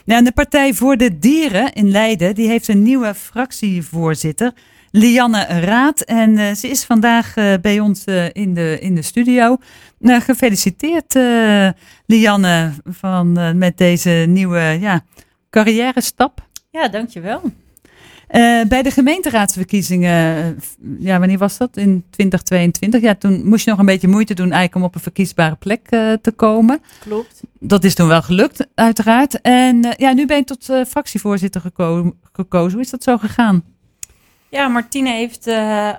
Ja, de Partij voor de Dieren in Leiden, die heeft een nieuwe fractievoorzitter, Lianne Raad. En ze is vandaag bij ons in de studio. Gefeliciteerd Lianne met deze nieuwe carrière stap. Ja, dankjewel. Bij de gemeenteraadsverkiezingen, wanneer was dat? In 2022. Ja, toen moest je nog een beetje moeite doen eigenlijk om op een verkiesbare plek te komen. Klopt. Dat is toen wel gelukt, uiteraard. En nu ben je tot fractievoorzitter gekozen. Hoe is dat zo gegaan? Ja, Martine heeft,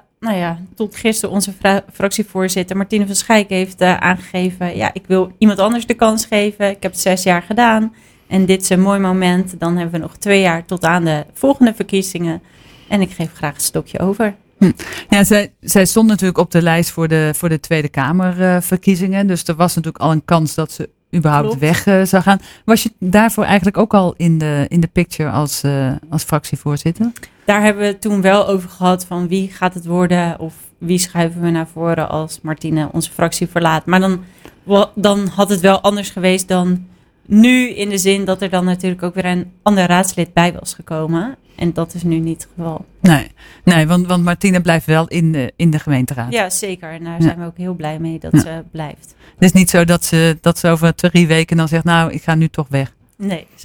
tot gisteren onze fractievoorzitter Martine van Schijk heeft aangegeven. Ja, ik wil iemand anders de kans geven. Ik heb het 6 jaar gedaan. En dit is een mooi moment. Dan hebben we nog 2 jaar tot aan de volgende verkiezingen. En ik geef graag een stokje over. Ja, zij stond natuurlijk op de lijst voor de Tweede Kamerverkiezingen. Dus er was natuurlijk al een kans dat ze überhaupt weg zou gaan. Was je daarvoor eigenlijk ook al in de picture als fractievoorzitter? Daar hebben we het toen wel over gehad van wie gaat het worden of wie schuiven we naar voren als Martine onze fractie verlaat. Maar dan had het wel anders geweest dan nu, in de zin dat er dan natuurlijk ook weer een ander raadslid bij was gekomen. En dat is nu niet het geval. Nee, want Martine blijft wel in de gemeenteraad. Ja, zeker. En daar zijn we ook heel blij mee dat ze blijft. Het is niet zo dat ze over 3 weken dan zegt, nou, ik ga nu toch weg. Nee, ze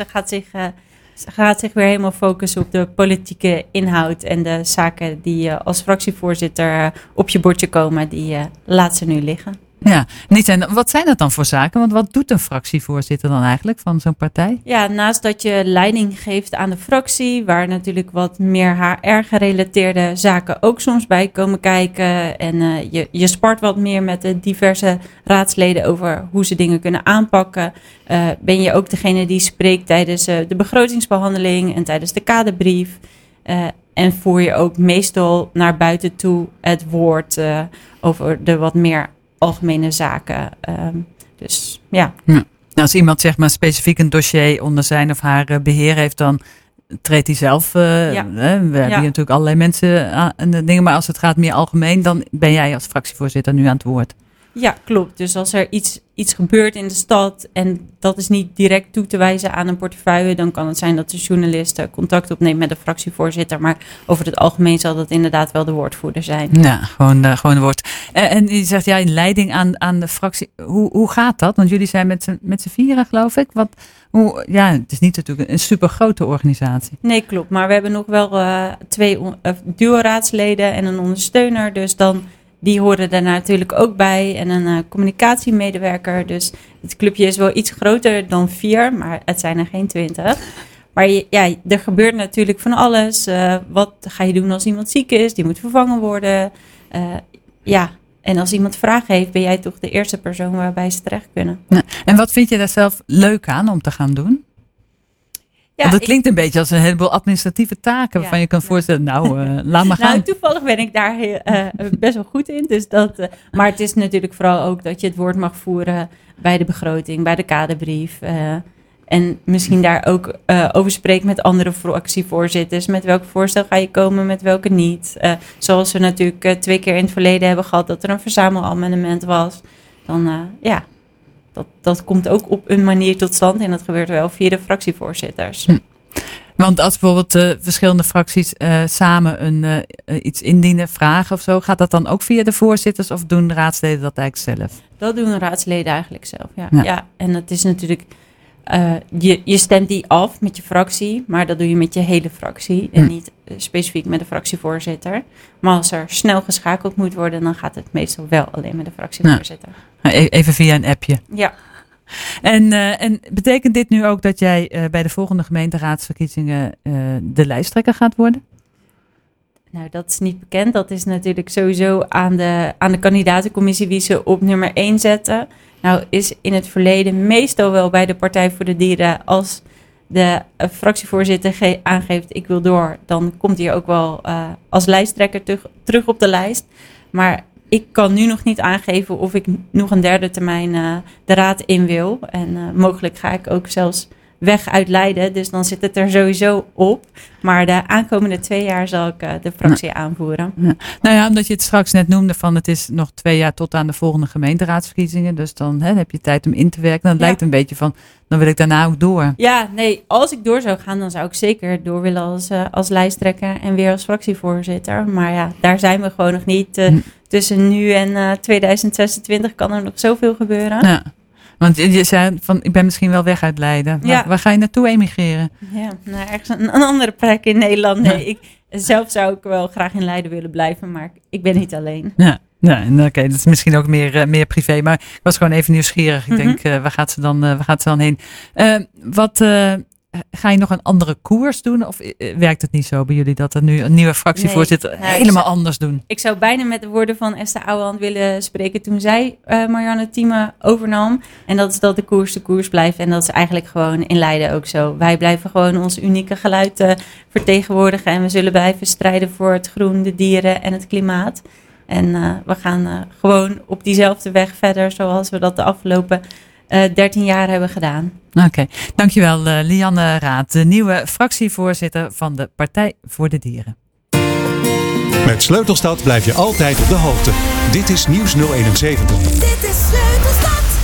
gaat zich weer helemaal focussen op de politieke inhoud. En de zaken die als fractievoorzitter op je bordje komen, die laat ze nu liggen. Ja, wat zijn dat dan voor zaken? Want wat doet een fractievoorzitter dan eigenlijk van zo'n partij? Ja, naast dat je leiding geeft aan de fractie, waar natuurlijk wat meer HR-gerelateerde zaken ook soms bij komen kijken. En je spart wat meer met de diverse raadsleden over hoe ze dingen kunnen aanpakken. Ben je ook degene die spreekt tijdens de begrotingsbehandeling en tijdens de kaderbrief. En voer je ook meestal naar buiten toe het woord over de wat meer algemene zaken. Dus ja. Als iemand zeg maar specifiek een dossier onder zijn of haar beheer heeft, dan treedt hij zelf. We hebben hier natuurlijk allerlei mensen aan de dingen. Maar als het gaat meer algemeen, dan ben jij als fractievoorzitter nu aan het woord. Ja, klopt. Dus als er iets gebeurt in de stad en dat is niet direct toe te wijzen aan een portefeuille, dan kan het zijn dat de journalist contact opneemt met de fractievoorzitter. Maar over het algemeen zal dat inderdaad wel de woordvoerder zijn. Ja, gewoon de woord. En je zegt, leiding aan de fractie. Hoe gaat dat? Want jullie zijn met z'n 4, geloof ik. Het is niet natuurlijk een super grote organisatie. Nee, klopt. Maar we hebben nog wel 2 duo-raadsleden en een ondersteuner. Dus dan die horen daar natuurlijk ook bij. En een communicatiemedewerker. Dus het clubje is wel iets groter dan 4. Maar het zijn er geen 20. Maar er gebeurt natuurlijk van alles. Wat ga je doen als iemand ziek is? Die moet vervangen worden. En als iemand vragen heeft, ben jij toch de eerste persoon waarbij ze terecht kunnen. En wat vind je daar zelf leuk aan om te gaan doen? Ja, want het klinkt een beetje als een heleboel administratieve taken waarvan je kan voorstellen, laat maar gaan. Toevallig ben ik daar best wel goed in. Dus maar het is natuurlijk vooral ook dat je het woord mag voeren bij de begroting, bij de kaderbrief. En misschien daar ook over spreekt met andere fractievoorzitters. Met welk voorstel ga je komen, met welke niet. Zoals we natuurlijk 2 keer in het verleden hebben gehad dat er een verzamelamendement was. Dan Dat komt ook op een manier tot stand en dat gebeurt wel via de fractievoorzitters. Want als bijvoorbeeld verschillende fracties samen iets indienen, vragen of zo, gaat dat dan ook via de voorzitters of doen de raadsleden dat eigenlijk zelf? Dat doen de raadsleden eigenlijk zelf, ja. En het is natuurlijk, je stemt die af met je fractie, maar dat doe je met je hele fractie en niet specifiek met de fractievoorzitter. Maar als er snel geschakeld moet worden, dan gaat het meestal wel alleen met de fractievoorzitter. Even via een appje. Ja. En betekent dit nu ook dat jij bij de volgende gemeenteraadsverkiezingen de lijsttrekker gaat worden? Nou, dat is niet bekend. Dat is natuurlijk sowieso aan de kandidatencommissie wie ze op nummer 1 zetten. Nou is in het verleden meestal wel bij de Partij voor de Dieren, als de fractievoorzitter aangeeft ik wil door, dan komt hij ook wel als lijsttrekker terug op de lijst. Maar ik kan nu nog niet aangeven of ik nog een 3e termijn de raad in wil. En mogelijk ga ik ook zelfs weg uit Leiden. Dus dan zit het er sowieso op. Maar de aankomende 2 jaar zal ik de fractie aanvoeren. Ja. Nou ja, omdat je het straks net noemde van het is nog 2 jaar tot aan de volgende gemeenteraadsverkiezingen. Dus dan heb je tijd om in te werken. Dan lijkt het een beetje van, dan wil ik daarna ook door. Ja, nee, als ik door zou gaan, dan zou ik zeker door willen als lijsttrekker en weer als fractievoorzitter. Maar ja, daar zijn we gewoon nog niet. Tussen nu en 2026 kan er nog zoveel gebeuren. Ja. Want je zei van, ik ben misschien wel weg uit Leiden. Maar waar ga je naartoe emigreren? Ja, nou, ergens een andere plek in Nederland. Nee, zelf zou ik wel graag in Leiden willen blijven, maar ik ben niet alleen. Ja. Oké, dat is misschien ook meer privé. Maar ik was gewoon even nieuwsgierig. Ik denk, waar gaat ze dan heen? Ga je nog een andere koers doen? Of werkt het niet zo bij jullie dat er nu een nieuwe fractievoorzitter helemaal anders doen? Ik zou bijna met de woorden van Esther Ouwehand willen spreken toen zij Marianne Thieme overnam. En dat is dat de koers blijft. En dat is eigenlijk gewoon in Leiden ook zo. Wij blijven gewoon ons unieke geluid vertegenwoordigen. En we zullen blijven strijden voor het groen, de dieren en het klimaat. En we gaan gewoon op diezelfde weg verder zoals we dat de afgelopen 13 jaar hebben gedaan. Oké, dankjewel Lianne Raat, de nieuwe fractievoorzitter van de Partij voor de Dieren. Met Sleutelstad blijf je altijd op de hoogte. Dit is Nieuws 071. Dit is Sleutelstad.